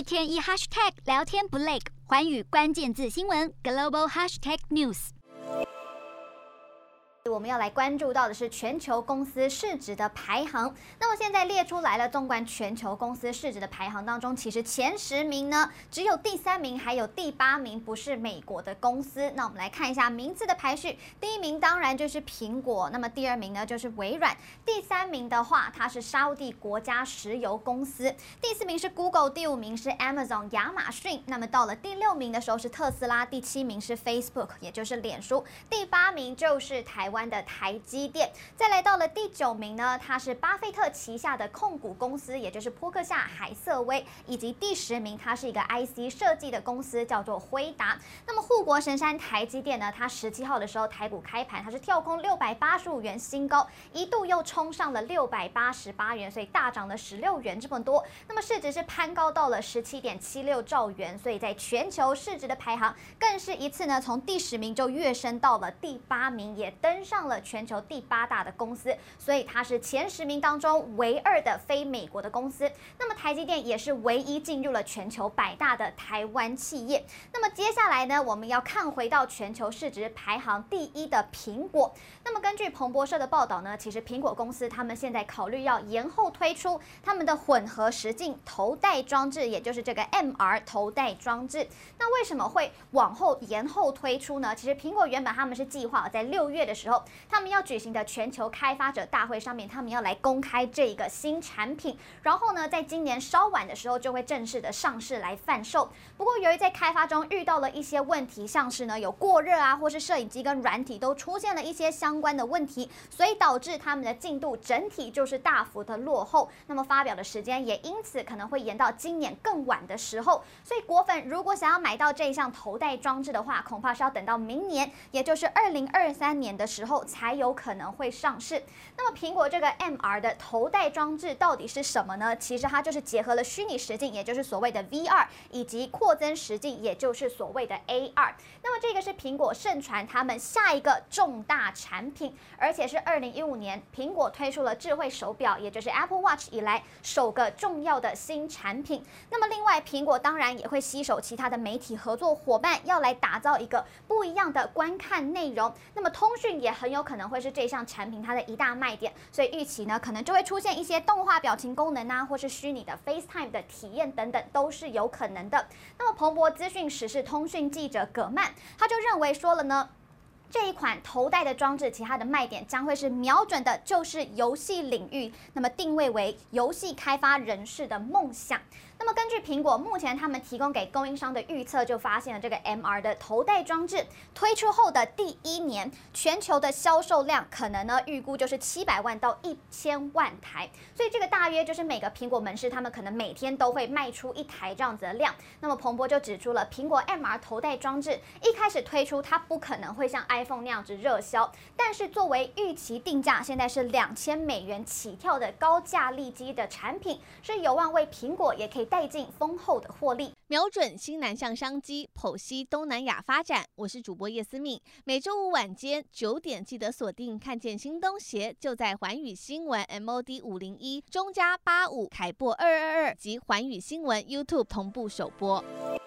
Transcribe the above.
天一 hashtag 聊天不累，寰宇关键字新闻 global hashtag news。我们要来关注到的是全球公司市值的排行。那么现在列出来了，纵观全球公司市值的排行当中，其实前10名呢，只有第3名还有第8名不是美国的公司。那我们来看一下名字的排序，第1名当然就是苹果，那么第2名呢就是微软，第3名的话它是沙烏地国家石油公司，第4名是 Google， 第5名是 Amazon 亚马逊。那么到了第6名的时候是特斯拉，第7名是 Facebook， 也就是脸书，第8名就是台湾的台积电。再来到了第9名呢，它是巴菲特旗下的控股公司，也就是波克夏海瑟威，以及第10名它是一个 IC 设计的公司，叫做辉达。那么护国神山台积电呢，它17号的时候台股开盘，它是跳空685元新高，一度又冲上了688元，所以大涨了16元这么多。那么市值是攀高到了17.76兆元，所以在全球市值的排行更是一次呢从第10名就跃升到了第8名，也登上了全球第8大的公司，所以它是前10名当中唯2的非美国的公司。那么台积电也是唯一进入了全球100大的台湾企业。那么接下来呢，我们要看回到全球市值排行第1的苹果。那么根据彭博社的报道呢，其实苹果公司他们现在考虑要延后推出他们的混合实境头戴装置，也就是这个 MR 头戴装置。那为什么会往后延后推出呢？其实苹果原本他们是计划在6月的时候，他们要举行的全球开发者大会上面，他们要来公开这一个新产品，然后呢，在今年稍晚的时候就会正式的上市来贩售。不过由于在开发中遇到了一些问题，像是呢有过热啊，或是摄影机跟软体都出现了一些相关的问题，所以导致他们的进度整体就是大幅的落后。那么发表的时间也因此可能会延到今年更晚的时候。所以果粉如果想要买到这一项头戴装置的话，恐怕是要等到明年，也就是2023年的时候才有可能会上市。那么苹果这个 MR 的头戴装置到底是什么呢？其实它就是结合了虚拟实境，也就是所谓的 VR， 以及扩增实境，也就是所谓的 AR。那么这个是苹果盛传他们下一个重大产品，而且是2015年苹果推出了智慧手表，也就是 Apple Watch 以来首个重要的新产品。那么另外苹果当然也会携手其他的媒体合作伙伴，要来打造一个不一样的观看内容。那么通讯也很有可能会是这项产品它的一大卖点，所以预期呢可能就会出现一些动画表情功能啊，或是虚拟的 FaceTime 的体验等等，都是有可能的。那么彭博资讯时事通讯记者葛曼他就认为说了呢，这一款头戴的装置，其他的卖点将会是瞄准的就是游戏领域，那么定位为游戏开发人士的梦想。那么根据苹果目前他们提供给供应商的预测，就发现了这个 MR 的头戴装置推出后的第1年，全球的销售量可能呢预估就是700万到1000万台，所以这个大约就是每个苹果门市他们可能每天都会卖出1台这样子的量。那么彭博就指出了，苹果 MR 头戴装置一开始推出，它不可能会像 iPhone 那样子热销，但是作为预期定价现在是$2000起跳的高价利基的产品，是有望为苹果也可以带进丰厚的获利。 瞄准新南向商机，剖析东南亚发展。我是主播叶思敏，每周五晚间9点记得锁定，看见新东协就在寰宇新闻 MOD 501中加85凯播222及寰宇新闻 YouTube 同步首播。